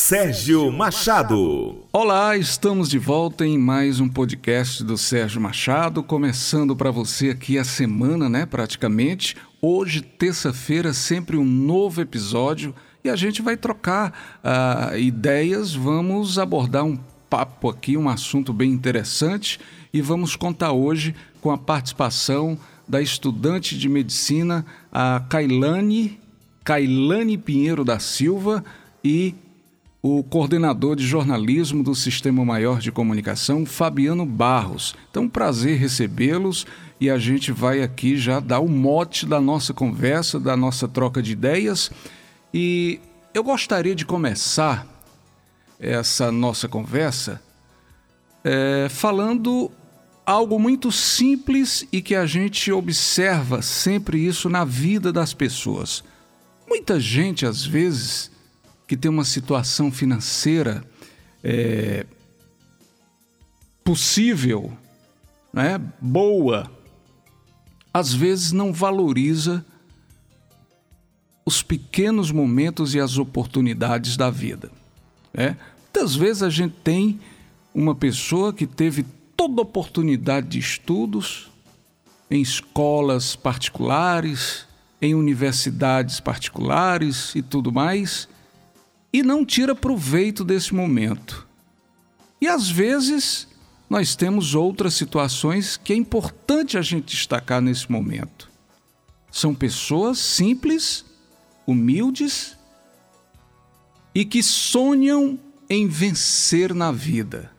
Sérgio Machado. Olá, estamos de volta em mais um podcast do Sérgio Machado, começando para você aqui a semana, praticamente. Hoje, terça-feira, sempre um novo episódio e a gente vai trocar ideias, vamos abordar um papo aqui, um assunto bem interessante e vamos contar hoje com a participação da estudante de medicina, a Kailane Pinheiro da Silva e o coordenador de jornalismo do Sistema Maior de Comunicação, Fabiano Barros. Então, prazer recebê-los e a gente vai aqui já dar o mote da nossa conversa, da nossa troca de ideias. E eu gostaria de começar essa nossa conversa falando algo muito simples e que a gente observa sempre isso na vida das pessoas. Muita gente, às vezes, que tem uma situação financeira possível, boa, às vezes não valoriza os pequenos momentos e as oportunidades da vida. Muitas vezes a gente tem uma pessoa que teve toda a oportunidade de estudos em escolas particulares, em universidades particulares e tudo mais, e não tira proveito desse momento. E às vezes nós temos outras situações que é importante a gente destacar nesse momento. São pessoas simples, humildes e que sonham em vencer na vida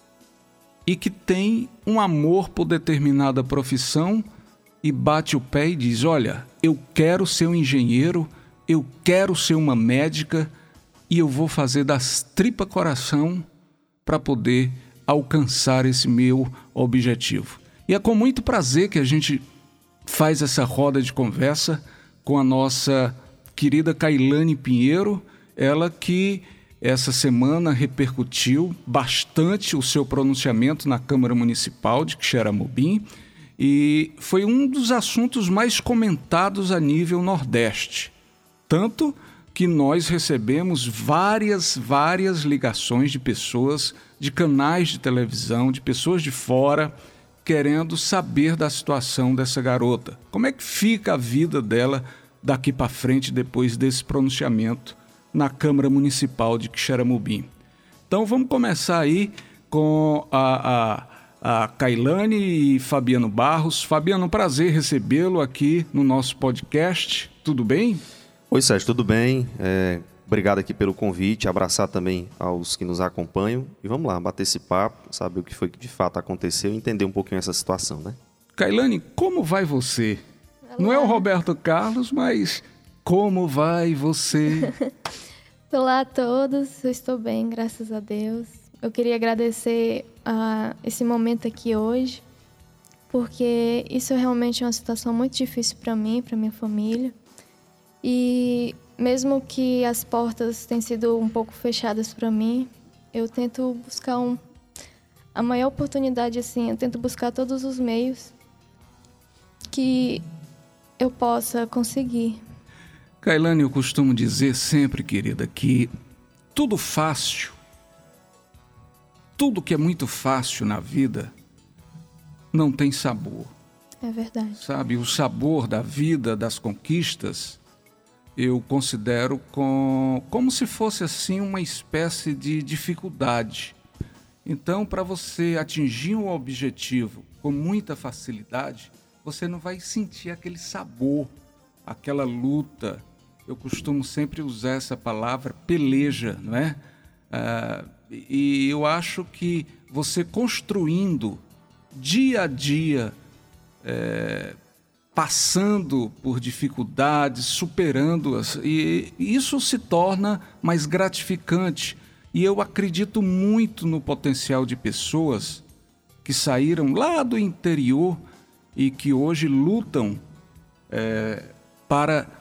e que têm um amor por determinada profissão e bate o pé e diz: olha, eu quero ser um engenheiro, eu quero ser uma médica e eu vou fazer das tripas coração para poder alcançar esse meu objetivo. E é com muito prazer que a gente faz essa roda de conversa com a nossa querida Kailane Pinheiro, ela que essa semana repercutiu bastante o seu pronunciamento na Câmara Municipal de Quixeramobim e foi um dos assuntos mais comentados a nível Nordeste. Tanto que nós recebemos várias ligações de pessoas, de canais de televisão, de pessoas de fora, querendo saber da situação dessa garota. Como é que fica a vida dela daqui para frente depois desse pronunciamento na Câmara Municipal de Quixeramobim? Então vamos começar aí com a Kailane e Fabiano Barros. Fabiano, um prazer recebê-lo aqui no nosso podcast. Tudo bem? Oi, Sérgio, tudo bem? Obrigado aqui pelo convite, abraçar também aos que nos acompanham e vamos lá, bater esse papo, saber o que foi que de fato aconteceu e entender um pouquinho essa situação, né? Kailane, como vai você? Olá. Não é o Roberto Carlos, mas como vai você? Olá a todos, eu estou bem, graças a Deus. Eu queria agradecer esse momento aqui hoje, porque isso realmente é uma situação muito difícil para mim, para minha família. E mesmo que as portas tenham sido um pouco fechadas para mim, eu tento buscar a maior oportunidade, assim, eu tento buscar todos os meios que eu possa conseguir. Kailane, eu costumo dizer sempre, querida, que tudo fácil, tudo que é muito fácil na vida, não tem sabor. É verdade. Sabe, o sabor da vida, das conquistas, eu considero como se fosse assim uma espécie de dificuldade. Então, para você atingir um objetivo com muita facilidade, você não vai sentir aquele sabor, aquela luta. Eu costumo sempre usar essa palavra, peleja, não é? E eu acho que você construindo dia a dia, passando por dificuldades, superando-as, e isso se torna mais gratificante. E eu acredito muito no potencial de pessoas que saíram lá do interior e que hoje lutam para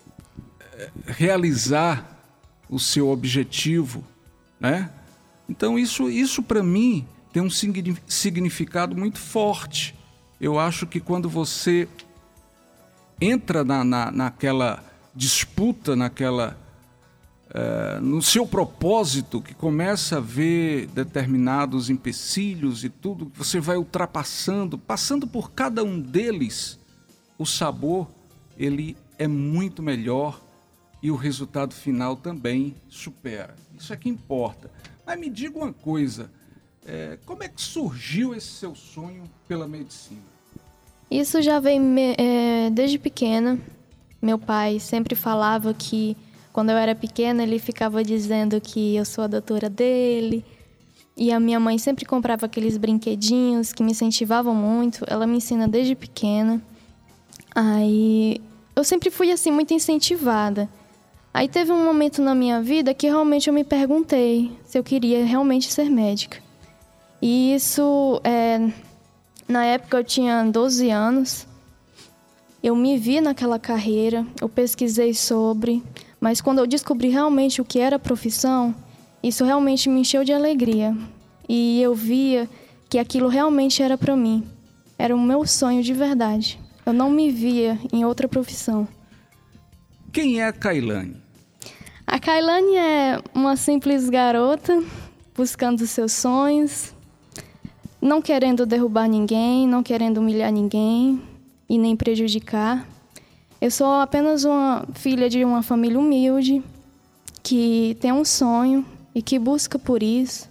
realizar o seu objetivo, né? Então isso para mim tem um significado muito forte. Eu acho que quando você entra naquela disputa, naquela no seu propósito, que começa a ver determinados empecilhos e tudo, que você vai ultrapassando, passando por cada um deles, o sabor, ele é muito melhor e o resultado final também supera. Isso é que importa. Mas me diga uma coisa, como é que surgiu esse seu sonho pela medicina? Isso já vem desde pequena. Meu pai sempre falava que, quando eu era pequena, ele ficava dizendo que eu sou a doutora dele. E a minha mãe sempre comprava aqueles brinquedinhos que me incentivavam muito. Ela me ensina desde pequena. Aí eu sempre fui assim muito incentivada. Aí teve um momento na minha vida que realmente eu me perguntei se eu queria realmente ser médica. E isso, na época eu tinha 12 anos. Eu me vi naquela carreira, eu pesquisei sobre, mas quando eu descobri realmente o que era a profissão, isso realmente me encheu de alegria. E eu via que aquilo realmente era para mim. Era o meu sonho de verdade. Eu não me via em outra profissão. Quem é a Kailane? A Kailane é uma simples garota buscando seus sonhos, não querendo derrubar ninguém, não querendo humilhar ninguém e nem prejudicar. Eu sou apenas uma filha de uma família humilde que tem um sonho e que busca por isso.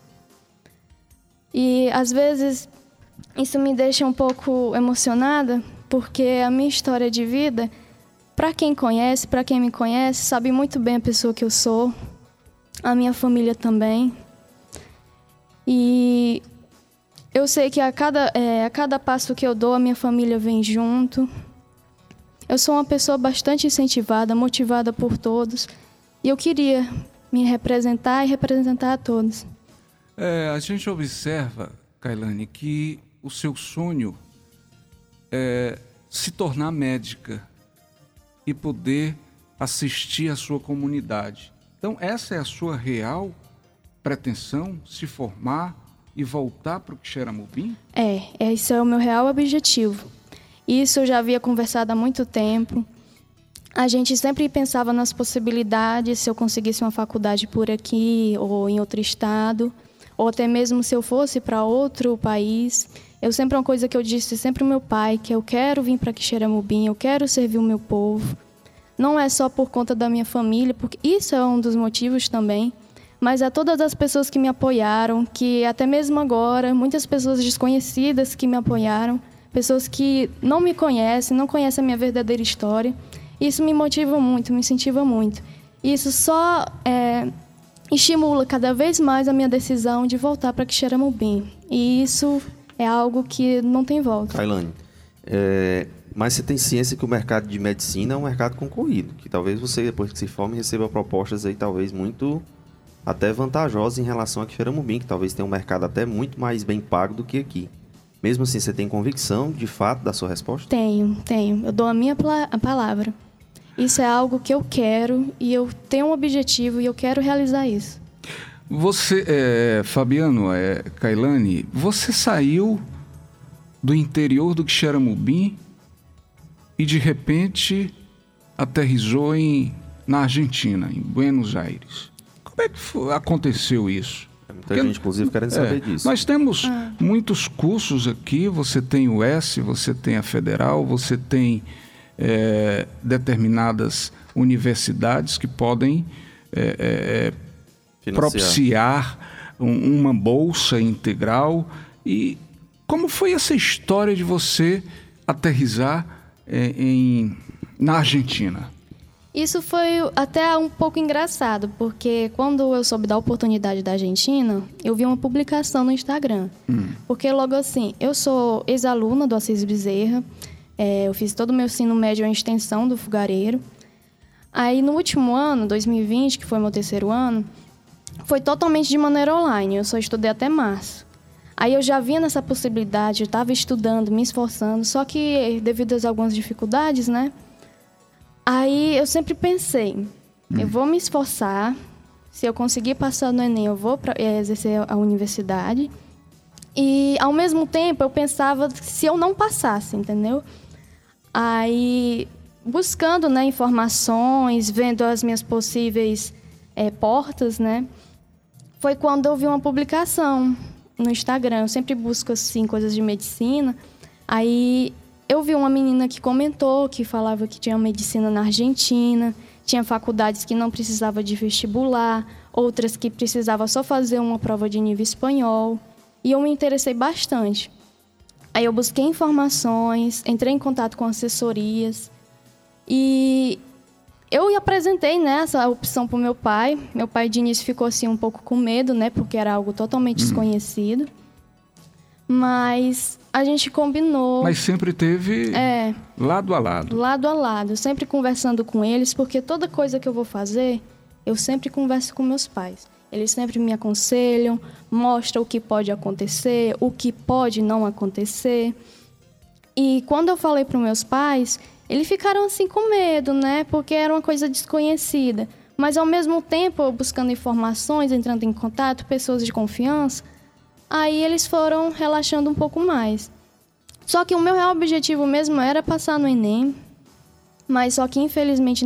E às vezes isso me deixa um pouco emocionada, porque a minha história de vida, para quem conhece, para quem me conhece, sabe muito bem a pessoa que eu sou, a minha família também. E eu sei que a cada passo que eu dou, a minha família vem junto. Eu sou uma pessoa bastante incentivada, motivada por todos. E eu queria me representar e representar a todos. A gente observa, Kailane, que o seu sonho é se tornar médica e poder assistir a sua comunidade. Então, essa é a sua real pretensão, se formar e voltar para o Quixeramobim? Esse é o meu real objetivo. Isso eu já havia conversado há muito tempo. A gente sempre pensava nas possibilidades, se eu conseguisse uma faculdade por aqui ou em outro estado, ou até mesmo se eu fosse para outro país. Uma coisa que eu disse sempre ao meu pai, que eu quero vir para Quixeramobim, eu quero servir o meu povo. Não é só por conta da minha família, porque isso é um dos motivos também, mas a todas as pessoas que me apoiaram, que até mesmo agora, muitas pessoas desconhecidas que me apoiaram, pessoas que não me conhecem, não conhecem a minha verdadeira história. Isso me motiva muito, me incentiva muito. Isso só estimula cada vez mais a minha decisão de voltar para Quixeramobim. E isso é algo que não tem volta. Kailane, mas você tem ciência que o mercado de medicina é um mercado concorrido, que talvez você, depois que se forme, receba propostas aí talvez muito até vantajosas em relação a Quixeramobim, que talvez tenha um mercado até muito mais bem pago do que aqui. Mesmo assim, você tem convicção, de fato, da sua resposta? Tenho. Eu dou a minha palavra. Isso é algo que eu quero e eu tenho um objetivo e eu quero realizar isso. Você, Fabiano, Kailane, você saiu do interior do Quixeramobim e, de repente, aterrissou na Argentina, em Buenos Aires. Como é que aconteceu isso? Muita gente, inclusive, querendo saber disso. Nós temos muitos cursos aqui, você tem o S, você tem a Federal, você tem determinadas universidades que podem propiciar uma bolsa integral. E como foi essa história de você aterrissar na Argentina? Isso foi até um pouco engraçado, porque quando eu soube da oportunidade da Argentina, eu vi uma publicação no Instagram. Porque logo assim, eu sou ex-aluna do Assis Bezerra, eu fiz todo o meu ensino médio em extensão do Fogareiro. Aí no último ano, 2020, que foi meu terceiro ano, foi totalmente de maneira online, eu só estudei até março. Aí eu já vinha nessa possibilidade, eu estava estudando, me esforçando, só que devido a algumas dificuldades, né? Aí eu sempre pensei, eu vou me esforçar, se eu conseguir passar no Enem, eu vou exercer a universidade. E, ao mesmo tempo, eu pensava se eu não passasse, entendeu? Aí, buscando, né, informações, vendo as minhas possíveis portas, né? Foi quando eu vi uma publicação no Instagram. Eu sempre busco, assim, coisas de medicina. Aí eu vi uma menina que comentou, que falava que tinha medicina na Argentina, tinha faculdades que não precisava de vestibular, outras que precisava só fazer uma prova de nível espanhol. E eu me interessei bastante. Aí eu busquei informações, entrei em contato com assessorias e eu apresentei, né, essa opção para o meu pai. Meu pai de início ficou assim um pouco com medo, né, porque era algo totalmente desconhecido. Mas a gente combinou. Mas sempre teve lado a lado. Lado a lado, sempre conversando com eles, porque toda coisa que eu vou fazer, eu sempre converso com meus pais. Eles sempre me aconselham, mostram o que pode acontecer, o que pode não acontecer. E quando eu falei para os meus pais, eles ficaram assim com medo, né? Porque era uma coisa desconhecida. Mas ao mesmo tempo, eu buscando informações, entrando em contato, pessoas de confiança, aí eles foram relaxando um pouco mais. Só que o meu real objetivo mesmo era passar no Enem, mas só que infelizmente em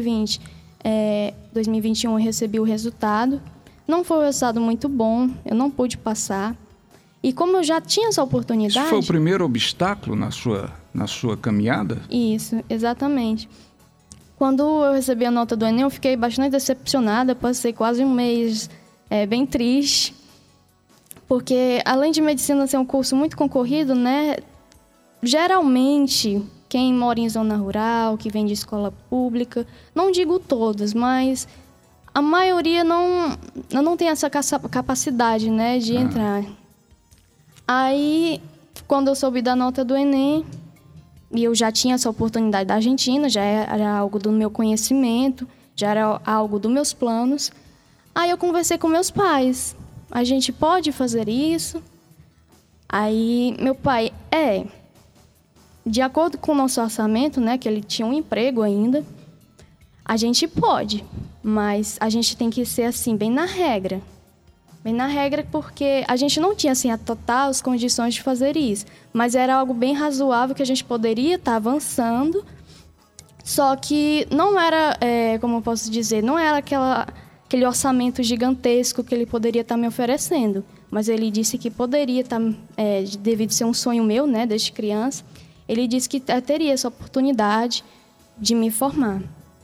2021 eu recebi o resultado. Não foi um resultado muito bom, eu não pude passar. E como eu já tinha essa oportunidade... Isso foi o primeiro obstáculo na sua caminhada? Isso, exatamente. Quando eu recebi a nota do Enem, eu fiquei bastante decepcionada, passei quase um mês bem triste. Porque, além de medicina ser um curso muito concorrido, né? Geralmente, quem mora em zona rural, que vem de escola pública, não digo todas, mas... a maioria não tem essa capacidade, né, de entrar. Aí, quando eu soube da nota do Enem, e eu já tinha essa oportunidade da Argentina, já era algo do meu conhecimento, já era algo dos meus planos, aí eu conversei com meus pais. A gente pode fazer isso? Aí, meu pai, de acordo com o nosso orçamento, né, que ele tinha um emprego ainda, a gente pode. Mas a gente tem que ser, assim, bem na regra. Bem na regra porque a gente não tinha, assim, a total as condições de fazer isso. Mas era algo bem razoável que a gente poderia estar avançando. Só que não era, como eu posso dizer, não era aquele orçamento gigantesco que ele poderia estar me oferecendo. Mas ele disse que poderia estar, devido ser um sonho meu, né, desde criança, ele disse que teria essa oportunidade de me formar.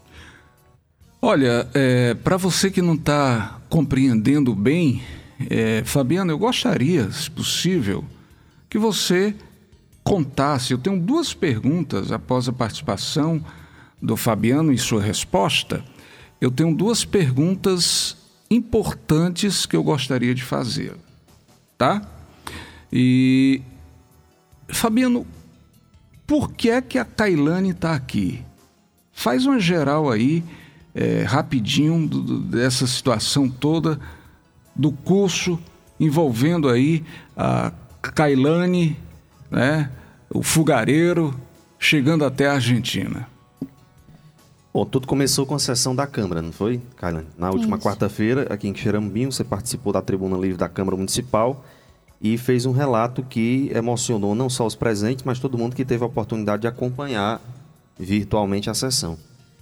Olha, para você que não está compreendendo bem, Fabiana, eu gostaria, se possível, que você contasse. Eu tenho 2 perguntas após a participação do Fabiano e sua resposta. Eu tenho 2 perguntas importantes que eu gostaria de fazer, tá? E, Fabiano, por que é que a Kailane está aqui? Faz uma geral aí, rapidinho, dessa situação toda, do curso envolvendo aí a Kailane, né, o fogareiro, chegando até a Argentina. Bom, tudo começou com a sessão da Câmara, não foi, Kailane? Na última quarta-feira, aqui em Xerambinho, você participou da Tribuna Livre da Câmara Municipal e fez um relato que emocionou não só os presentes, mas todo mundo que teve a oportunidade de acompanhar virtualmente a sessão.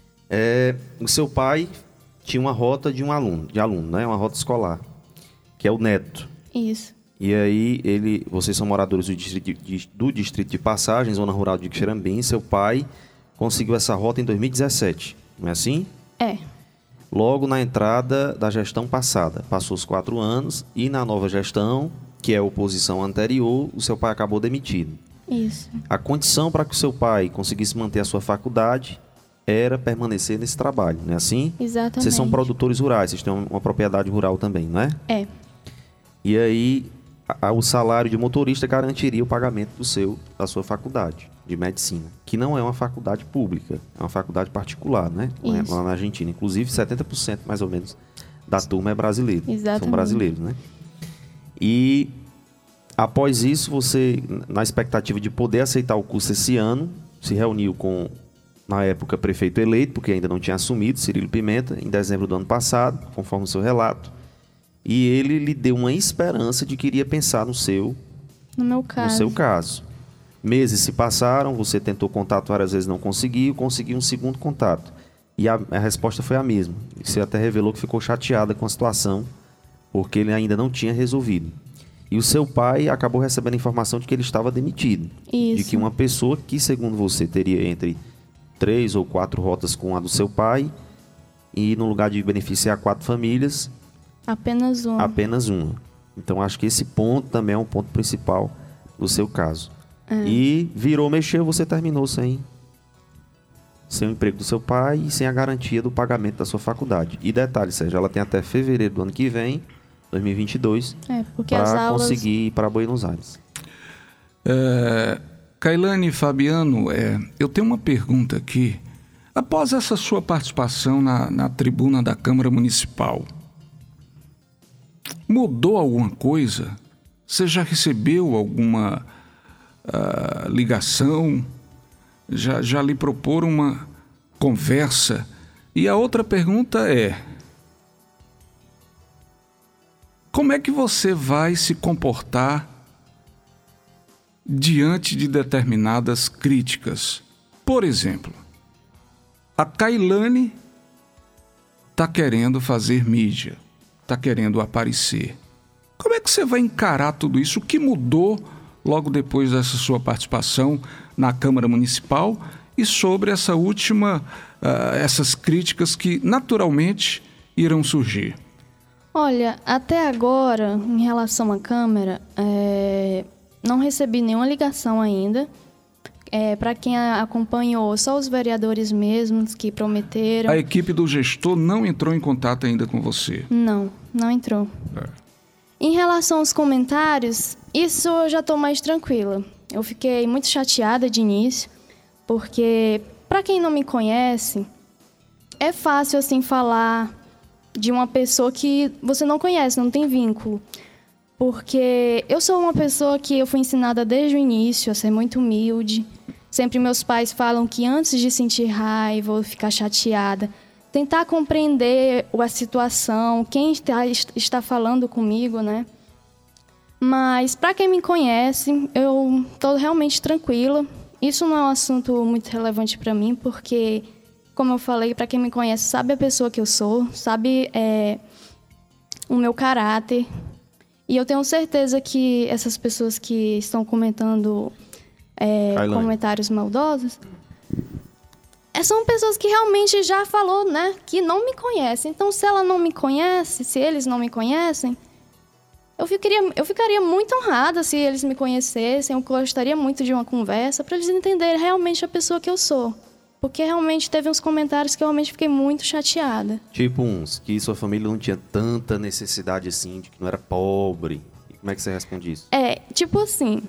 O seu pai tinha uma rota de aluno, né? Uma rota escolar, que é o Neto. Isso. E aí, vocês são moradores do distrito de Passagem, zona rural de Xerambim. Seu pai conseguiu essa rota em 2017, não é assim? É. Logo na entrada da gestão passada. Passou os 4 anos e na nova gestão, que é a oposição anterior, o seu pai acabou demitido. Isso. A condição para que o seu pai conseguisse manter a sua faculdade era permanecer nesse trabalho, não é assim? Exatamente. Vocês são produtores rurais, vocês têm uma propriedade rural também, não é? É. E aí, o salário de motorista garantiria o pagamento da sua faculdade de medicina, que não é uma faculdade pública, é uma faculdade particular, né? Isso. Lá na Argentina. Inclusive, 70% mais ou menos da turma é brasileiro. Exatamente. São brasileiros, né? E após isso, você, na expectativa de poder aceitar o curso esse ano, se reuniu com, na época, prefeito eleito, porque ainda não tinha assumido, Cirilo Pimenta, em dezembro do ano passado, conforme o seu relato. E ele lhe deu uma esperança de que iria pensar no seu caso. Meses se passaram, você tentou contato várias vezes, não conseguiu um segundo contato. E a resposta foi a mesma. Você até revelou que ficou chateada com a situação, porque ele ainda não tinha resolvido. E o seu pai acabou recebendo a informação de que ele estava demitido. Isso. De que uma pessoa que, segundo você, teria entre 3 ou 4 rotas com a do seu pai, e no lugar de beneficiar 4 famílias, Apenas uma. apenas uma. Então, acho que esse ponto também é um ponto principal do seu caso. E virou, mexeu, você terminou sem o emprego do seu pai e sem a garantia do pagamento da sua faculdade. E detalhe, Sérgio, ela tem até fevereiro do ano que vem, 2022, Porque as para aulas... conseguir ir para Buenos Aires. Kailane e Fabiano, eu tenho uma pergunta aqui. Após essa sua participação na tribuna da Câmara Municipal, mudou alguma coisa? Você já recebeu alguma ligação? Já lhe proporam uma conversa? E a outra pergunta é: como é que você vai se comportar diante de determinadas críticas? Por exemplo, a Kailane está querendo fazer mídia, está querendo aparecer. Como é que você vai encarar tudo isso? O que mudou logo depois dessa sua participação na Câmara Municipal e sobre essa essas críticas que naturalmente irão surgir? Olha, até agora, em relação à Câmara, não recebi nenhuma ligação ainda. Para quem acompanhou, só os vereadores mesmos que prometeram. A equipe do gestor não entrou em contato ainda com você? Não entrou. Em relação aos comentários, isso eu já estou mais tranquila. Eu fiquei muito chateada de início, porque, para quem não me conhece, é fácil assim falar de uma pessoa que você não conhece, não tem vínculo. Porque eu sou uma pessoa que eu fui ensinada desde o início a ser muito humilde. Sempre meus pais falam que antes de sentir raiva ou ficar chateada, tentar compreender a situação, quem está falando comigo, né? Mas, para quem me conhece, eu estou realmente tranquila. Isso não é um assunto muito relevante para mim, porque, como eu falei, para quem me conhece, sabe a pessoa que eu sou, sabe o meu caráter. E eu tenho certeza que essas pessoas que estão comentando comentários maldosos são pessoas que realmente já falou, né? Que não me conhecem. Então, se ela não me conhece, se eles não me conhecem, eu ficaria muito honrada se eles me conhecessem. Eu gostaria muito de uma conversa para eles entenderem realmente a pessoa que eu sou. Porque realmente teve uns comentários que eu realmente fiquei muito chateada. Tipo uns, que sua família não tinha tanta necessidade assim, de que não era pobre. E como é que você responde isso? Tipo assim,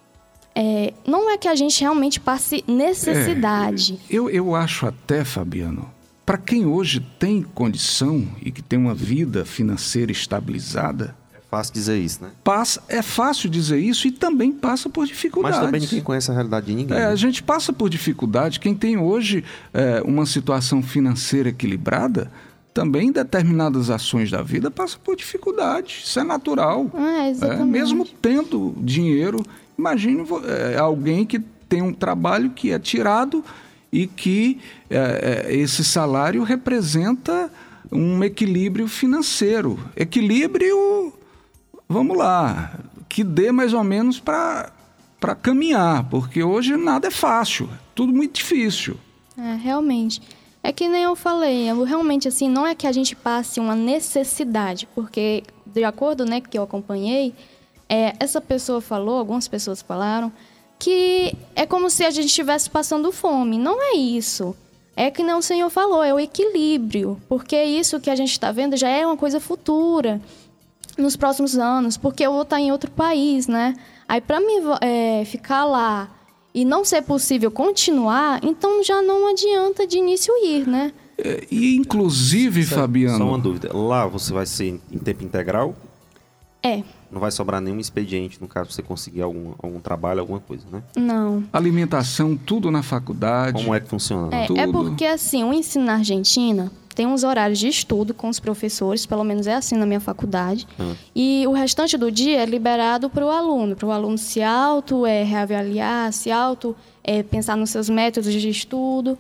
não é que a gente realmente passe necessidade. Eu acho até, Fabiano, para quem hoje tem condição e que tem uma vida financeira estabilizada... É fácil dizer isso, né? É fácil dizer isso e também passa por dificuldades. Mas também ninguém conhece a realidade de ninguém. Né? A gente passa por dificuldade. Quem tem hoje uma situação financeira equilibrada, também em determinadas ações da vida passa por dificuldade. Isso é natural. Exatamente. Mesmo tendo dinheiro, imagine alguém que tem um trabalho que é tirado e que esse salário representa um equilíbrio financeiro. Equilíbrio... Vamos lá, que dê mais ou menos para caminhar, porque hoje nada é fácil, tudo muito difícil. Realmente. É que nem eu falei, realmente assim, não é que a gente passe uma necessidade, porque de acordo, né, que eu acompanhei, essa pessoa falou, algumas pessoas falaram, que é como se a gente estivesse passando fome. Não é isso. É que nem o senhor falou, é o equilíbrio, porque isso que a gente está vendo já é uma coisa futura. Nos próximos anos, porque eu vou estar em outro país, né? Aí, para mim ficar lá e não ser possível continuar, então já não adianta de início ir, né? E, inclusive, Fabiano... Só uma dúvida. Lá você vai ser em tempo integral? Não vai sobrar nenhum expediente, no caso, você conseguir algum trabalho, alguma coisa, né? Não. Alimentação, tudo na faculdade. Como é que funciona? É porque, assim, o ensino na Argentina... tem uns horários de estudo com os professores, pelo menos é assim na minha faculdade. E o restante do dia é liberado para o aluno se reavaliar, pensar nos seus métodos de estudo.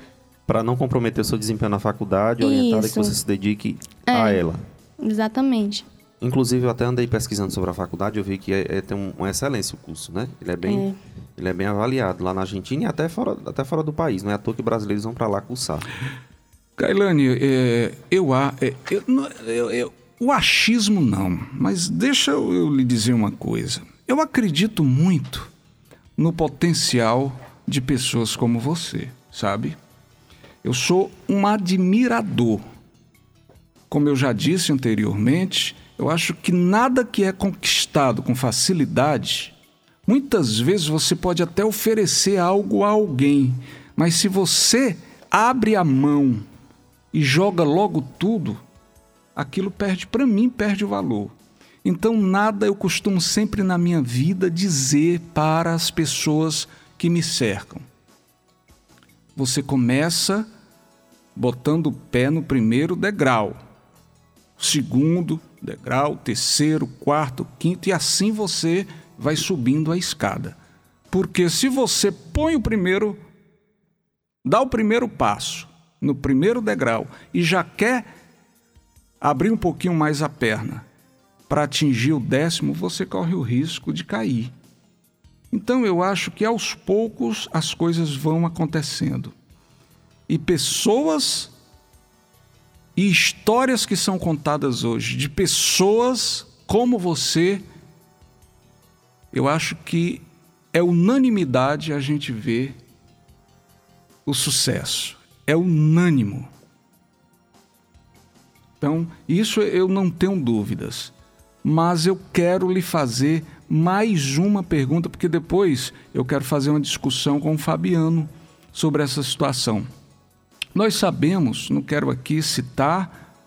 Para não comprometer o seu desempenho na faculdade, orientada que você se dedique a ela. Exatamente. Inclusive, eu até andei pesquisando sobre a faculdade, eu vi que tem uma excelência o curso, né? Ele é bem avaliado lá na Argentina e até fora do país. Não é à toa que brasileiros vão para lá cursar. Kailane, o achismo não, mas deixa eu lhe dizer uma coisa. Eu acredito muito no potencial de pessoas como você, sabe? Eu sou um admirador. Como eu já disse anteriormente, eu acho que nada que é conquistado com facilidade, muitas vezes você pode até oferecer algo a alguém, mas se você abre a mão e joga logo tudo, aquilo para mim perde o valor. Então nada eu costumo sempre na minha vida dizer para as pessoas que me cercam. Você começa botando o pé no primeiro degrau, segundo degrau, terceiro, quarto, quinto, e assim você vai subindo a escada. Porque se você dá o primeiro passo no primeiro degrau e já quer abrir um pouquinho mais a perna para atingir o 10º, você corre o risco de cair. Então eu acho que aos poucos as coisas vão acontecendo. E pessoas e histórias que são contadas hoje de pessoas como você, eu acho que é unanimidade a gente ver o sucesso. É unânimo. Então, isso eu não tenho dúvidas. Mas eu quero lhe fazer mais uma pergunta, porque depois eu quero fazer uma discussão com o Fabiano sobre essa situação. Nós sabemos, não quero aqui citar,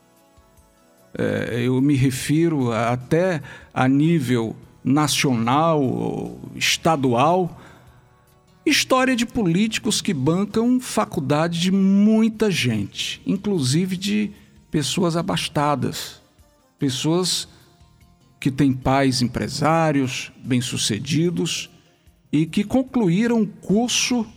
eu me refiro até a nível nacional, estadual, história de políticos que bancam faculdade de muita gente, inclusive de pessoas abastadas, pessoas que têm pais empresários, bem-sucedidos e que concluíram um curso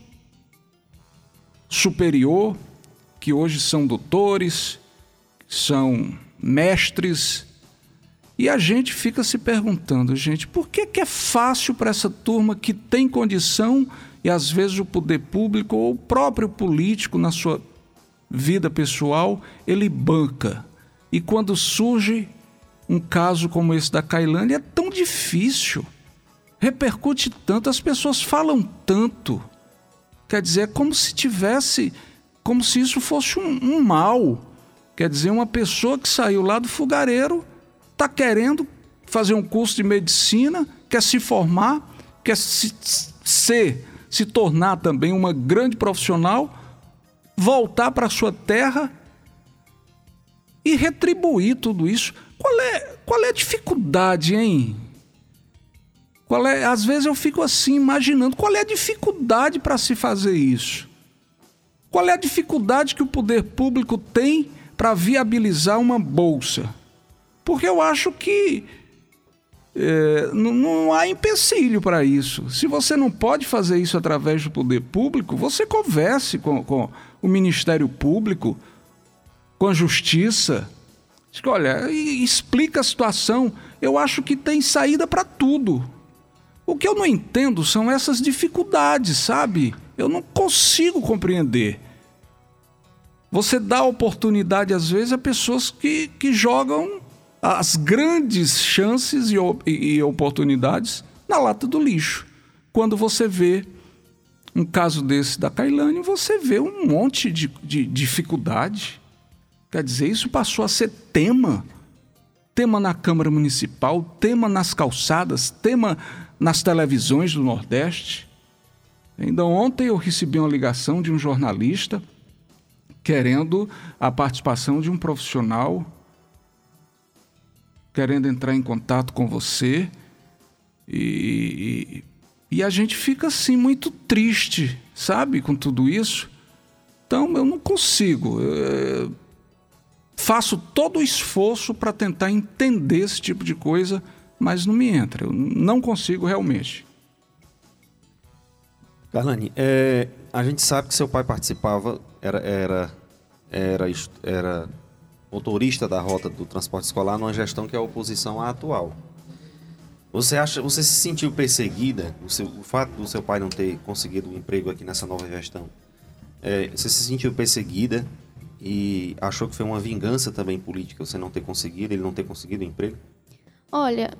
superior, que hoje são doutores, são mestres, e a gente fica se perguntando, gente, por que é fácil para essa turma que tem condição e às vezes o poder público ou o próprio político na sua vida pessoal, ele banca. E quando surge um caso como esse da Kailane, é tão difícil, repercute tanto, as pessoas falam tanto. Quer dizer, é como se isso fosse um mal. Quer dizer, uma pessoa que saiu lá do fogareiro, está querendo fazer um curso de medicina, quer se formar, quer se tornar também uma grande profissional, voltar para a sua terra e retribuir tudo isso. Qual é a dificuldade, hein? Às vezes eu fico assim imaginando, qual é a dificuldade para se fazer isso? Qual é a dificuldade que o poder público tem para viabilizar uma bolsa? Porque eu acho que não há empecilho para isso. Se você não pode fazer isso através do poder público, você converse com o Ministério Público, com a Justiça. Olha, explica a situação. Eu acho que tem saída para tudo. O que eu não entendo são essas dificuldades, sabe? Eu não consigo compreender. Você dá oportunidade, às vezes, a pessoas que jogam as grandes chances e oportunidades na lata do lixo. Quando você vê um caso desse da Kailane, você vê um monte de dificuldade. Quer dizer, isso passou a ser tema na Câmara Municipal, tema nas calçadas, tema nas televisões do Nordeste. Ainda ontem eu recebi uma ligação de um jornalista querendo a participação de um profissional, querendo entrar em contato com você, e a gente fica assim muito triste, sabe, com tudo isso. Então eu não consigo, faço todo o esforço para tentar entender esse tipo de coisa, mas não me entra, eu não consigo realmente. Kailane, a gente sabe que seu pai participava era motorista da rota do transporte escolar numa gestão que é a oposição à atual. Você se sentiu perseguida, o fato do seu pai não ter conseguido um emprego aqui nessa nova gestão, você se sentiu perseguida e achou que foi uma vingança também política você não ter conseguido, ele não ter conseguido o emprego? Olha,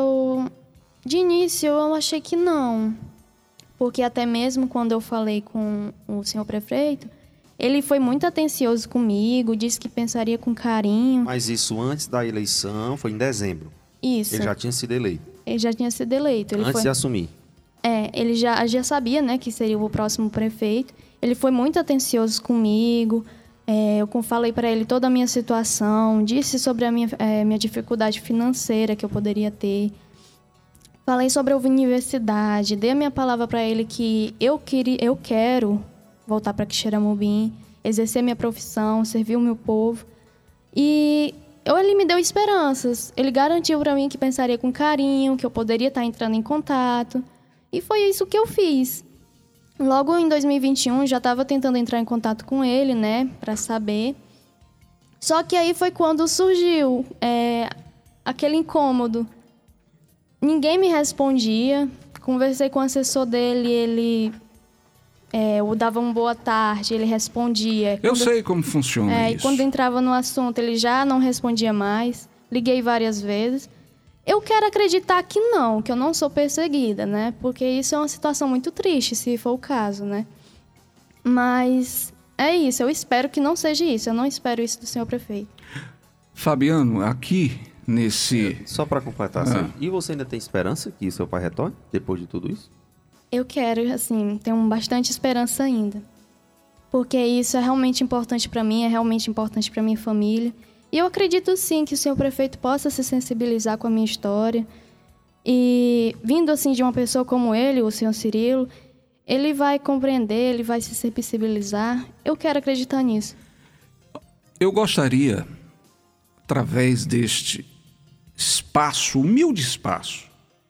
de início eu achei que não, porque até mesmo quando eu falei com o senhor prefeito, ele foi muito atencioso comigo, disse que pensaria com carinho. Mas isso antes da eleição, foi em dezembro. Isso. Ele já tinha sido eleito. Ele já tinha sido eleito. Antes de assumir. Ele já sabia, né, que seria o próximo prefeito. Ele foi muito atencioso comigo. Eu falei para ele toda a minha situação, disse sobre a minha dificuldade financeira que eu poderia ter. Falei sobre a universidade, dei a minha palavra para ele que eu quero voltar para Quixeramobim, exercer minha profissão, servir o meu povo. E ele me deu esperanças. Ele garantiu para mim que pensaria com carinho, que eu poderia estar entrando em contato. E foi isso que eu fiz. Logo em 2021, já estava tentando entrar em contato com ele, né, para saber. Só que aí foi quando surgiu aquele incômodo. Ninguém me respondia. Conversei com o assessor dele, eu dava uma boa tarde, ele respondia. Eu sei como funciona isso. E quando entrava no assunto, ele já não respondia mais. Liguei várias vezes. Eu quero acreditar que eu não sou perseguida, né? Porque isso é uma situação muito triste, se for o caso, né? Mas é isso, eu espero que não seja isso. Eu não espero isso do senhor prefeito. Fabiano, aqui nesse... Só para completar, e você ainda tem esperança que seu pai retorne depois de tudo isso? Eu quero, assim, tenho bastante esperança ainda. Porque isso é realmente importante para mim, é realmente importante para minha família. E eu acredito, sim, que o senhor prefeito possa se sensibilizar com a minha história. E vindo, assim, de uma pessoa como ele, o senhor Cirilo, ele vai compreender, ele vai se sensibilizar. Eu quero acreditar nisso. Eu gostaria, através deste espaço, humilde espaço,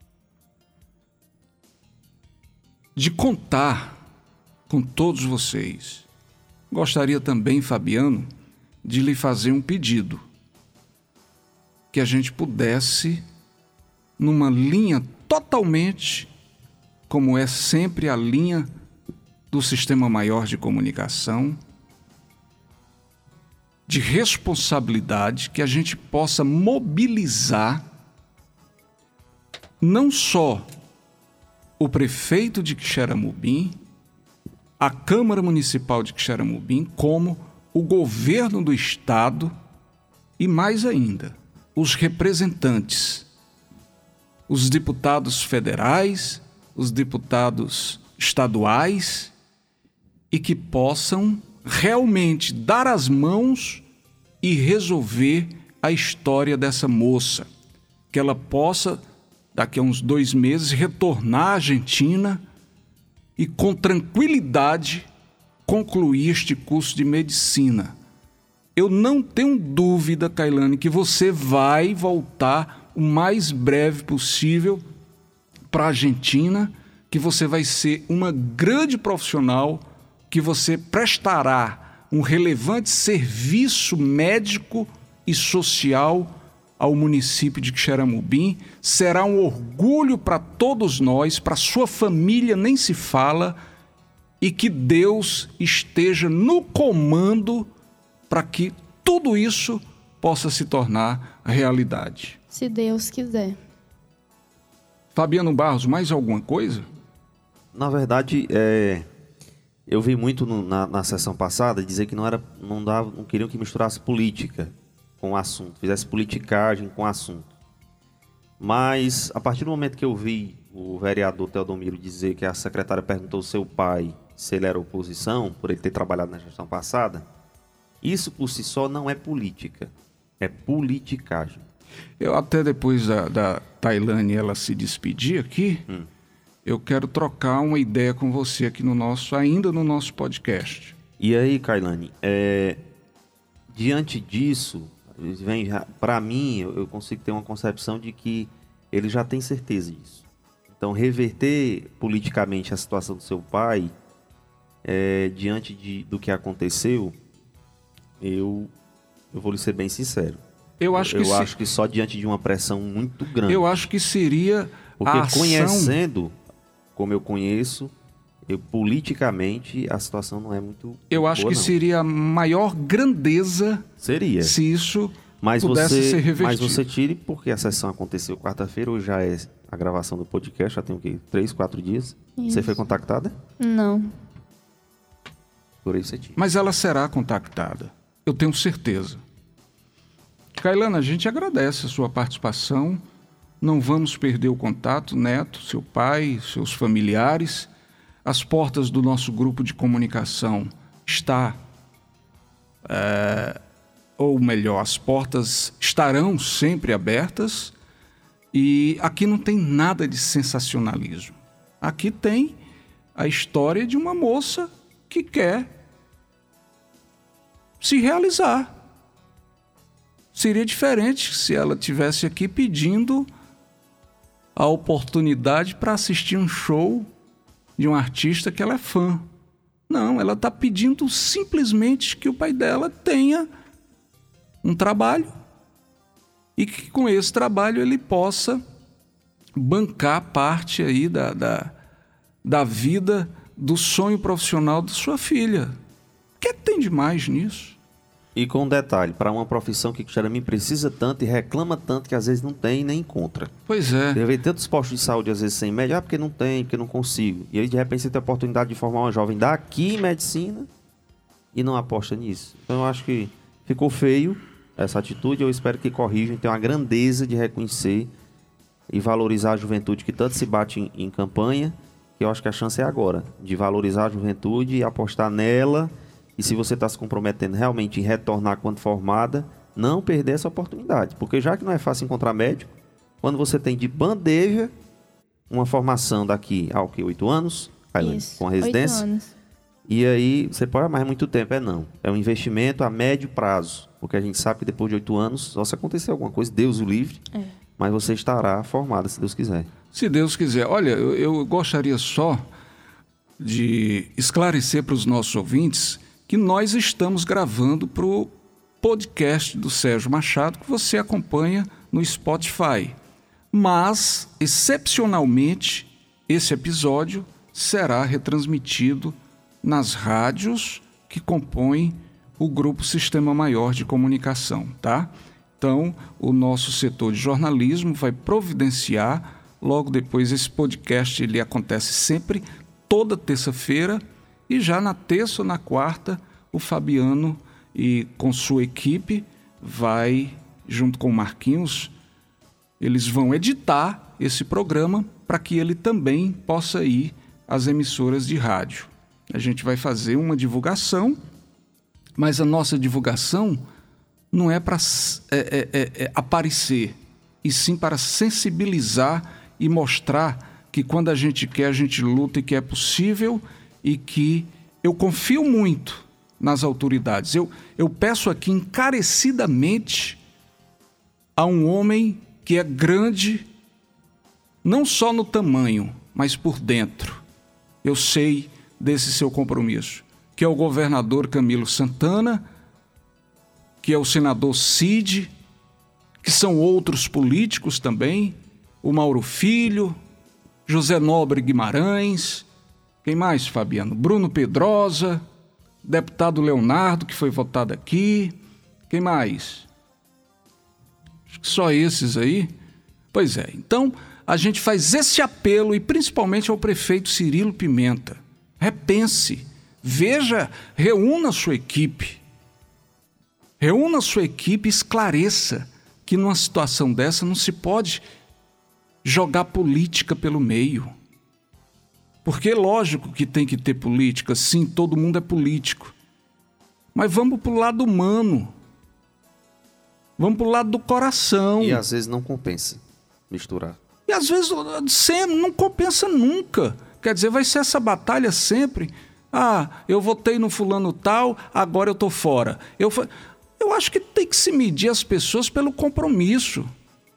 de contar com todos vocês. Gostaria também, Fabiano, de lhe fazer um pedido. Que a gente pudesse, numa linha totalmente, como é sempre a linha do Sistema Maior de Comunicação, de responsabilidade, que a gente possa mobilizar não só o prefeito de Quixeramobim, a Câmara Municipal de Quixeramobim, como o governo do estado e, mais ainda, os representantes, os deputados federais, os deputados estaduais, e que possam realmente dar as mãos e resolver a história dessa moça, que ela possa, daqui a uns 2 meses, retornar à Argentina e com tranquilidade concluir este curso de medicina. Eu não tenho dúvida, Kailane, que você vai voltar o mais breve possível para a Argentina, que você vai ser uma grande profissional, que você prestará um relevante serviço médico e social ao município de Quixeramobim. Será um orgulho para todos nós, para sua família nem se fala, e que Deus esteja no comando para que tudo isso possa se tornar realidade. Se Deus quiser. Fabiano Barros, mais alguma coisa? Na verdade, eu vi muito na sessão passada dizer que não queriam que misturasse política com o assunto, fizesse politicagem com o assunto. Mas, a partir do momento que eu vi o vereador Teodomiro dizer que a secretária perguntou ao seu pai se ele era oposição, por ele ter trabalhado na gestão passada, isso por si só não é política, é politicagem. Eu até depois da Tailane ela se despedir aqui, eu quero trocar uma ideia com você aqui ainda no nosso podcast. E aí, Kailane, diante disso, para mim, eu consigo ter uma concepção de que ele já tem certeza disso. Então, reverter politicamente a situação do seu pai diante do que aconteceu, eu vou lhe ser bem sincero. Eu acho que só diante de uma pressão muito grande. Eu acho que seria porque a ação... conhecendo como eu conheço, politicamente a situação não é muito Eu acho boa, que não. seria a maior grandeza Seria. se isso pudesse ser revertido. Mas você tire, porque a sessão aconteceu quarta-feira, hoje já é a gravação do podcast, já tem o quê? 3, 4 dias? Isso. Você foi contactada? Não. Por aí você tira. Mas ela será contactada, eu tenho certeza. Kailana, a gente agradece a sua participação. Não vamos perder o contato, Neto, seu pai, seus familiares. As portas do nosso grupo de comunicação ou melhor, as portas estarão sempre abertas. E aqui não tem nada de sensacionalismo. Aqui tem a história de uma moça que quer se realizar. Seria diferente se ela estivesse aqui pedindo a oportunidade para assistir um show de um artista que ela é fã. Não, ela está pedindo simplesmente que o pai dela tenha um trabalho e que com esse trabalho ele possa bancar parte aí da vida, do sonho profissional de sua filha. O que tem de mais nisso? E com um detalhe, para uma profissão que geralmente precisa tanto e reclama tanto que às vezes não tem e nem encontra. Pois é. Deve haver tantos postos de saúde às vezes sem médico, porque não tem, porque não consigo. E aí de repente você tem a oportunidade de formar uma jovem daqui em medicina e não aposta nisso. Então eu acho que ficou feio essa atitude, eu espero que corrijam, tenham a grandeza de reconhecer e valorizar a juventude que tanto se bate em campanha, que eu acho que a chance é agora, de valorizar a juventude e apostar nela. E se você está se comprometendo realmente em retornar quando formada, não perder essa oportunidade. Porque já que não é fácil encontrar médico, quando você tem de bandeja uma formação daqui a 8 anos, Isso, com a residência, 8 anos. E aí você pode, mais muito tempo, não. É um investimento a médio prazo. Porque a gente sabe que depois de 8 anos, só se acontecer alguma coisa, Deus o livre, mas você estará formada, se Deus quiser. Se Deus quiser. Olha, eu gostaria só de esclarecer para os nossos ouvintes que nós estamos gravando para o podcast do Sérgio Machado, que você acompanha no Spotify. Mas, excepcionalmente, esse episódio será retransmitido nas rádios que compõem o Grupo Sistema Maior de Comunicação, tá? Então, o nosso setor de jornalismo vai providenciar, logo depois esse podcast ele acontece sempre toda terça-feira, e já na terça ou na quarta, o Fabiano e com sua equipe vai, junto com o Marquinhos, eles vão editar esse programa para que ele também possa ir às emissoras de rádio. A gente vai fazer uma divulgação, mas a nossa divulgação não é para aparecer, e sim para sensibilizar e mostrar que quando a gente quer, a gente luta e que é possível, e que eu confio muito nas autoridades. Eu peço aqui encarecidamente a um homem que é grande, não só no tamanho, mas por dentro. Eu sei desse seu compromisso, que é o governador Camilo Santana, que é o senador Cid, que são outros políticos também, o Mauro Filho, José Nobre Guimarães, quem mais, Fabiano? Bruno Pedrosa, deputado Leonardo, que foi votado aqui, quem mais? Acho que só esses aí. Pois é, então a gente faz esse apelo, e principalmente ao prefeito Cirilo Pimenta. Repense, veja, reúna sua equipe. Reúna sua equipe e esclareça que numa situação dessa não se pode jogar política pelo meio. Porque é lógico que tem que ter política, sim, todo mundo é político. Mas vamos para o lado humano. Vamos para o lado do coração. E às vezes não compensa misturar. E às vezes não compensa nunca. Quer dizer, vai ser essa batalha sempre. Eu votei no fulano tal, agora eu estou fora. Eu acho que tem que se medir as pessoas pelo compromisso.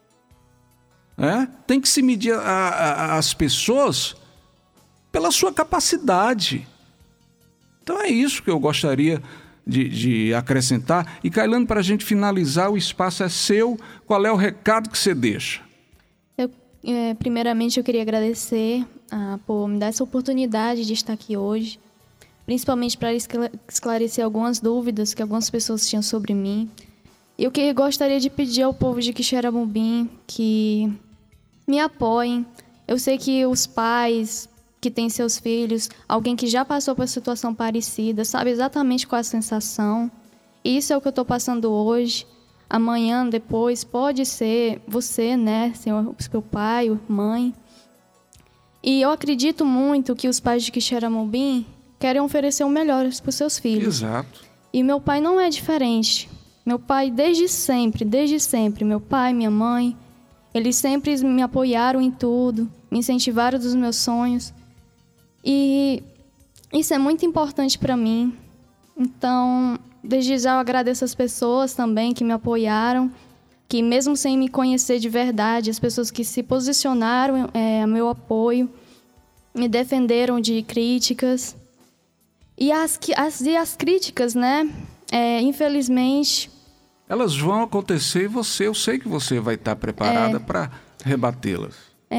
Tem que se medir as pessoas pela sua capacidade. Então é isso que eu gostaria de acrescentar. E Kailane, para a gente finalizar, o espaço é seu. Qual é o recado que você deixa? Primeiramente, eu queria agradecer por me dar essa oportunidade de estar aqui hoje, principalmente para esclarecer algumas dúvidas que algumas pessoas tinham sobre mim. Eu gostaria de pedir ao povo de Quixeramobim que me apoiem. Eu sei que os pais que têm seus filhos, alguém que já passou por uma situação parecida, sabe exatamente qual é a sensação. E isso é o que eu estou passando hoje. Amanhã, depois, pode ser você, né, seu pai, mãe. E eu acredito muito que os pais de Quixeramobim querem oferecer o melhor para os seus filhos. Exato. E meu pai não é diferente. Meu pai, desde sempre, meu pai, minha mãe, eles sempre me apoiaram em tudo, me incentivaram dos meus sonhos. E isso é muito importante para mim. Então, desde já eu agradeço as pessoas também que me apoiaram, que mesmo sem me conhecer de verdade, as pessoas que se posicionaram a meu apoio, me defenderam de críticas. E as críticas, né, infelizmente... Elas vão acontecer e eu sei que você vai estar preparada para rebatê-las.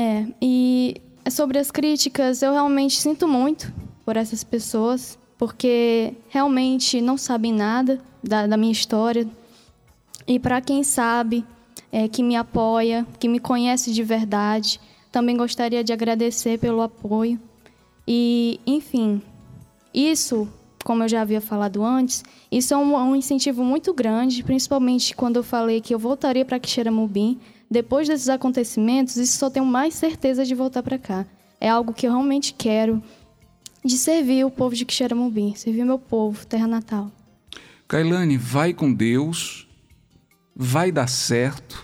E sobre as críticas, eu realmente sinto muito por essas pessoas, porque realmente não sabem nada da minha história. E para quem sabe, que me apoia, que me conhece de verdade, também gostaria de agradecer pelo apoio. E, enfim, isso, como eu já havia falado antes, isso é um incentivo muito grande, principalmente quando eu falei que eu voltaria para Quixeramobim. Depois desses acontecimentos, isso só tenho mais certeza de voltar para cá. É algo que eu realmente quero, de servir o povo de Quixeramobim, servir meu povo, terra natal. Kailane, vai com Deus, vai dar certo.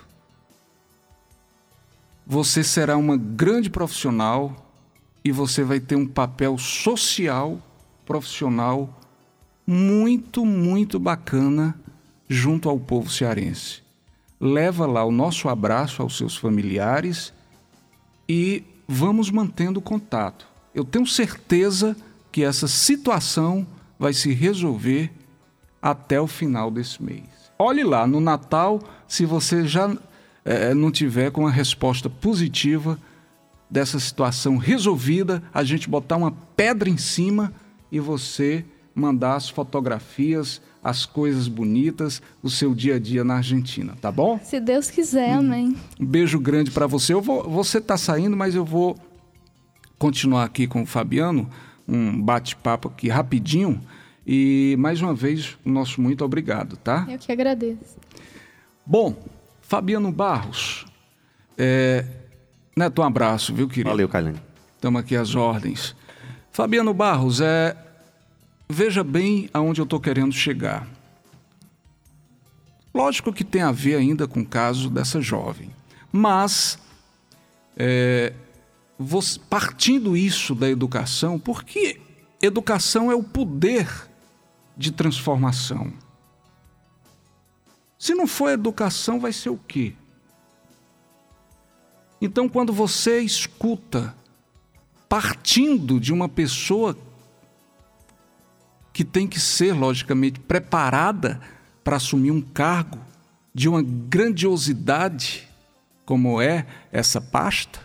Você será uma grande profissional e você vai ter um papel social, profissional, muito, muito bacana junto ao povo cearense. Leva lá o nosso abraço aos seus familiares e vamos mantendo contato. Eu tenho certeza que essa situação vai se resolver até o final desse mês. Olhe lá no Natal, se você já não tiver com a resposta positiva dessa situação resolvida, a gente botar uma pedra em cima e você mandar as fotografias, as coisas bonitas, o seu dia a dia na Argentina, tá bom? Se Deus quiser, amém. Um beijo grande para você. Você tá saindo, mas eu vou continuar aqui com o Fabiano, um bate-papo aqui rapidinho. E, mais uma vez, o nosso muito obrigado, tá? Eu que agradeço. Bom, Fabiano Barros, Neto, um abraço, viu, querido? Valeu, Kailane. Estamos aqui às ordens. Fabiano Barros, veja bem aonde eu estou querendo chegar. Lógico que tem a ver ainda com o caso dessa jovem, mas partindo isso da educação, porque educação é o poder de transformação. Se não for educação, vai ser o quê? Então, quando você escuta, partindo de uma pessoa que tem que ser, logicamente, preparada para assumir um cargo de uma grandiosidade como é essa pasta,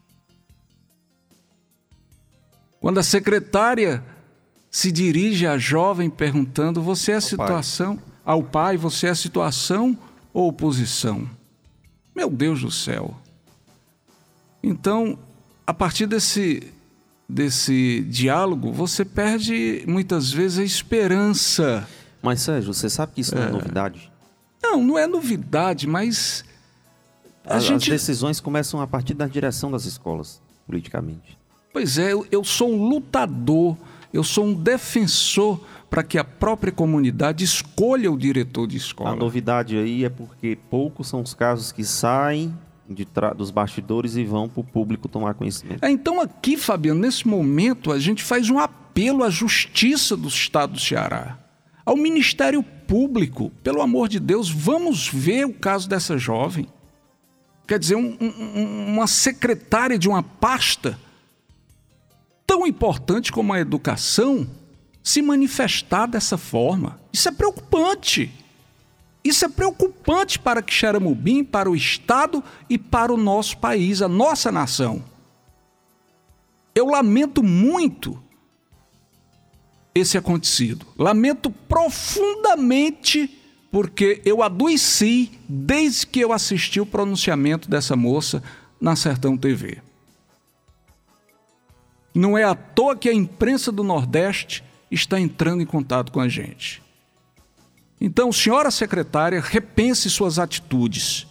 quando a secretária se dirige à jovem perguntando: você é a situação? Ao pai, você é a situação ou oposição? Meu Deus do céu! Então, a partir desse diálogo, você perde muitas vezes a esperança. Mas, Sérgio, você sabe que isso não é novidade? Não é novidade, mas As decisões começam a partir da direção das escolas, politicamente. Pois é, eu sou um lutador, eu sou um defensor para que a própria comunidade escolha o diretor de escola. A novidade aí é porque poucos são os casos que saem dos bastidores e vão para o público tomar conhecimento. Então aqui, Fabiano, nesse momento, a gente faz um apelo à Justiça do Estado do Ceará, ao Ministério Público. Pelo amor de Deus, vamos ver o caso dessa jovem. Quer dizer, uma secretária de uma pasta tão importante como a educação se manifestar dessa forma. Isso é preocupante. Isso é preocupante para Quixeramobim, para o Estado e para o nosso país, a nossa nação. Eu lamento muito esse acontecido. Lamento profundamente, porque eu adoeci desde que eu assisti o pronunciamento dessa moça na Sertão TV. Não é à toa que a imprensa do Nordeste está entrando em contato com a gente. Então, senhora secretária, repense suas atitudes.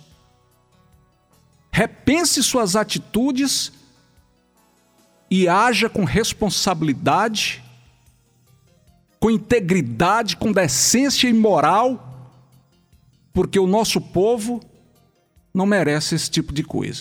Repense suas atitudes e haja com responsabilidade, com integridade, com decência e moral, porque o nosso povo não merece esse tipo de coisa.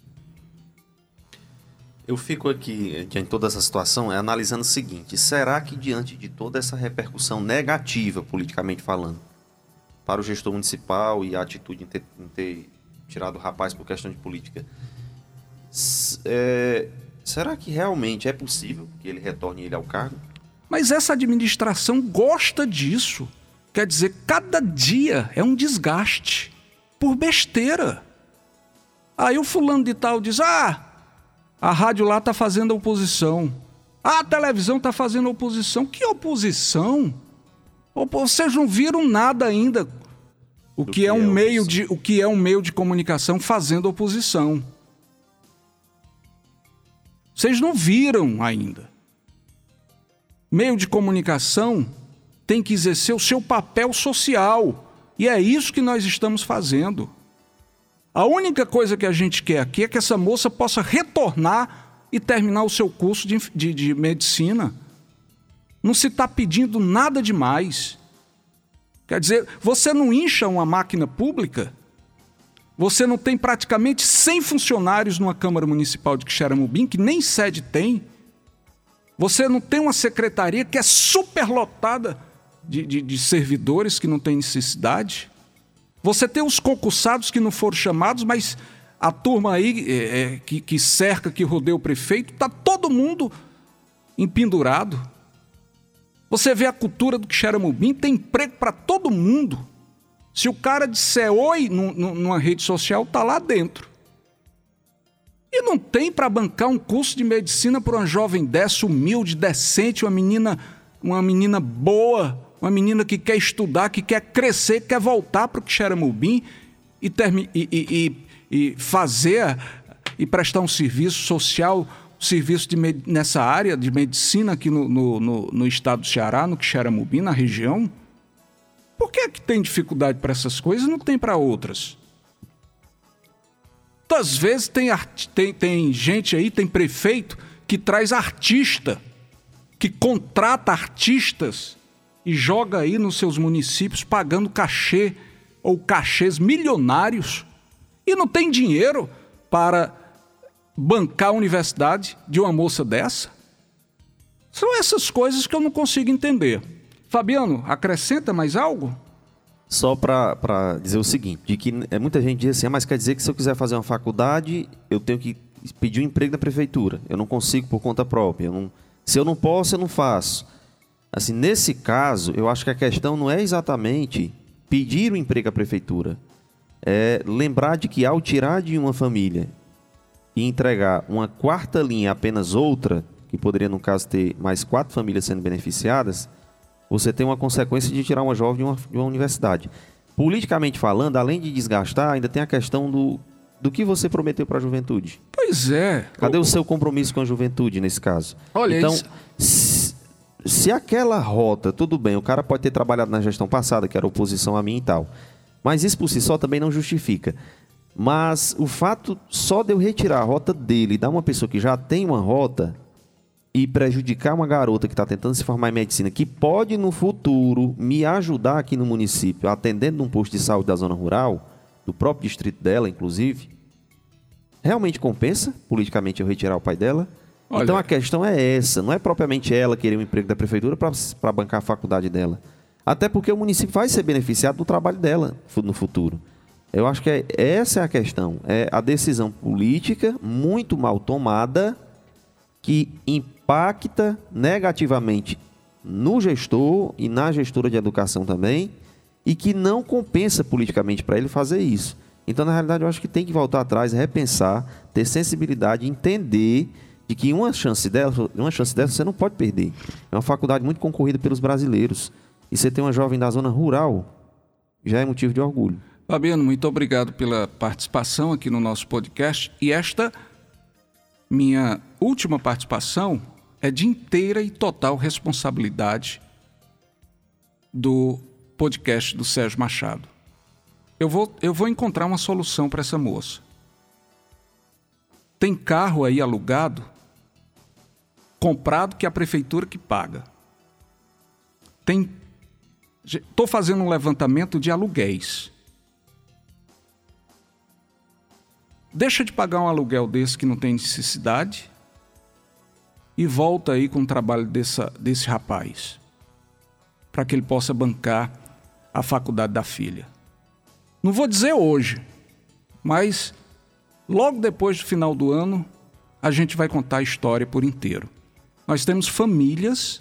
Eu fico aqui, diante de toda essa situação, analisando o seguinte: será que diante de toda essa repercussão negativa, politicamente falando, para o gestor municipal e a atitude em ter tirado o rapaz por questão de política, será que realmente é possível que ele retorne ele ao cargo? Mas essa administração gosta disso. Quer dizer, cada dia é um desgaste por besteira. Aí o fulano de tal diz: a rádio lá está fazendo oposição. A televisão está fazendo oposição. Que oposição? Vocês não viram nada ainda. O que é um meio de comunicação fazendo oposição. Vocês não viram ainda. Meio de comunicação tem que exercer o seu papel social. E é isso que nós estamos fazendo. A única coisa que a gente quer aqui é que essa moça possa retornar e terminar o seu curso de medicina. Não se está pedindo nada demais. Quer dizer, você não incha uma máquina pública, você não tem praticamente 100 funcionários numa Câmara Municipal de Quixeramobim, que nem sede tem. Você não tem uma secretaria que é superlotada de servidores que não tem necessidade. Você tem os concursados que não foram chamados, mas a turma aí que cerca, que rodeia o prefeito, está todo mundo empendurado. Você vê a cultura do Quixeramobim, tem emprego para todo mundo. Se o cara disser oi numa rede social, está lá dentro. E não tem para bancar um curso de medicina para uma jovem dessa, humilde, decente, uma menina boa, uma menina que quer estudar, que quer crescer, que quer voltar para o Quixeramobim e fazer e prestar um serviço social, serviço nessa área de medicina aqui no estado do Ceará, no Quixeramobim, na região. Por que é que tem dificuldade para essas coisas e não tem para outras? Muitas vezes tem gente aí, tem prefeito que traz artista, que contrata artistas e joga aí nos seus municípios pagando cachê ou cachês milionários e não tem dinheiro para bancar a universidade de uma moça dessa. São essas coisas que eu não consigo entender. Fabiano, acrescenta mais algo? Só para dizer o seguinte, de que muita gente diz assim, mas quer dizer que se eu quiser fazer uma faculdade, eu tenho que pedir um emprego da prefeitura. Eu não consigo por conta própria. Se eu não posso, eu não faço. Assim, nesse caso, eu acho que a questão não é exatamente pedir o emprego à prefeitura. É lembrar de que ao tirar de uma família e entregar uma quarta linha apenas outra, que poderia, no caso, ter mais 4 famílias sendo beneficiadas, você tem uma consequência de tirar uma jovem de uma universidade. Politicamente falando, além de desgastar, ainda tem a questão do que você prometeu para a juventude. Pois é. Cadê o seu compromisso com a juventude nesse caso? Olha, então, se aquela rota, tudo bem, o cara pode ter trabalhado na gestão passada, que era oposição a mim e tal, mas isso por si só também não justifica. Mas o fato só de eu retirar a rota dele e dar uma pessoa que já tem uma rota e prejudicar uma garota que está tentando se formar em medicina, que pode no futuro me ajudar aqui no município, atendendo num posto de saúde da zona rural, do próprio distrito dela, inclusive, realmente compensa politicamente eu retirar o pai dela? Olha, então a questão é essa, não é propriamente ela querer um emprego da prefeitura para bancar a faculdade dela. Até porque o município vai ser beneficiado do trabalho dela no futuro. Eu acho que essa é a questão, é a decisão política muito mal tomada que impacta negativamente no gestor e na gestora de educação também, e que não compensa politicamente para ele fazer isso. Então, na realidade, eu acho que tem que voltar atrás, repensar, ter sensibilidade, entender de que uma chance dessa você não pode perder. É uma faculdade muito concorrida pelos brasileiros. E você tem uma jovem da zona rural, já é motivo de orgulho. Fabiano, muito obrigado pela participação aqui no nosso podcast. E esta minha última participação é de inteira e total responsabilidade do podcast do Sérgio Machado. Eu vou encontrar uma solução para essa moça. Tem carro aí alugado, comprado, que é a prefeitura que paga. Estou fazendo um levantamento de aluguéis. Deixa de pagar um aluguel desse que não tem necessidade e volta aí com o trabalho desse rapaz, para que ele possa bancar a faculdade da filha. Não vou dizer hoje, mas logo depois do final do ano, a gente vai contar a história por inteiro. Nós temos famílias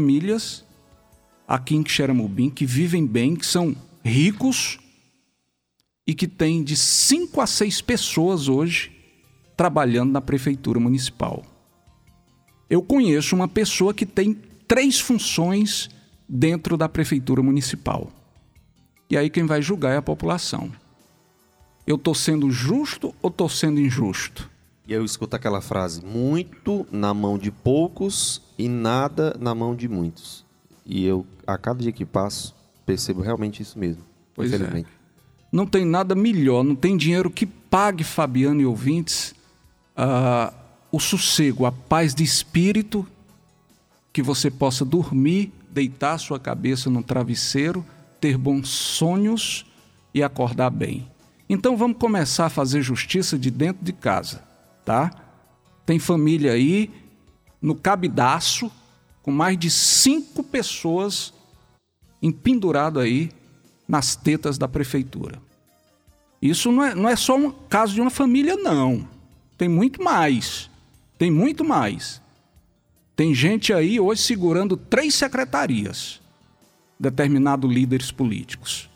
aqui em Xeramobim que vivem bem, que são ricos e que têm de 5 a 6 pessoas hoje trabalhando na prefeitura municipal. Eu conheço uma pessoa que tem 3 funções dentro da prefeitura municipal. E aí quem vai julgar é a população. Eu estou sendo justo ou estou sendo injusto? E eu escuto aquela frase, muito na mão de poucos e nada na mão de muitos. E eu, a cada dia que passo, percebo realmente isso mesmo. Pois é. Não tem nada melhor, não tem dinheiro que pague, Fabiano e ouvintes, o sossego, a paz de espírito, que você possa dormir, deitar sua cabeça no travesseiro, ter bons sonhos e acordar bem. Então vamos começar a fazer justiça de dentro de casa, tá? Tem família aí no cabidaço com mais de 5 pessoas empendurado aí nas tetas da prefeitura. Isso não é só um caso de uma família, não. Tem muito mais. Tem muito mais. Tem gente aí hoje segurando 3 secretarias, determinados líderes políticos.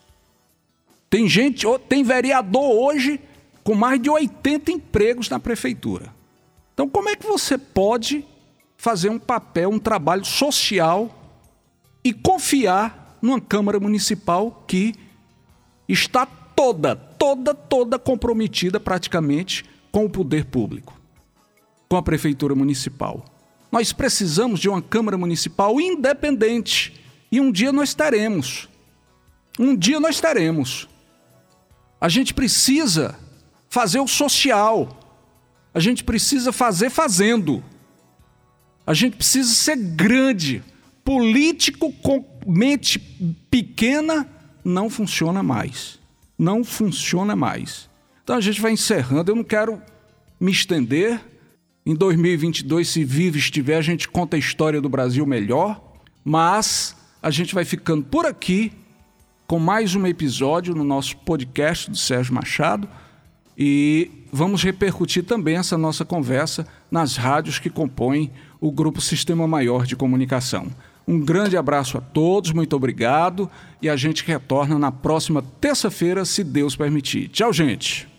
Tem vereador hoje com mais de 80 empregos na prefeitura. Então, como é que você pode fazer um trabalho social e confiar numa Câmara Municipal que está toda comprometida praticamente com o poder público, com a prefeitura municipal? Nós precisamos de uma Câmara Municipal independente. E um dia nós teremos. A gente precisa fazer o social. A gente precisa fazer fazendo. A gente precisa ser grande. Político com mente pequena não funciona mais. Não funciona mais. Então a gente vai encerrando. Eu não quero me estender. Em 2022, se vivo estiver, a gente conta a história do Brasil melhor. Mas a gente vai ficando por aqui com mais um episódio no nosso podcast do Sérgio Machado e vamos repercutir também essa nossa conversa nas rádios que compõem o Grupo Sistema Maior de Comunicação. Um grande abraço a todos, muito obrigado e a gente retorna na próxima terça-feira, se Deus permitir. Tchau, gente!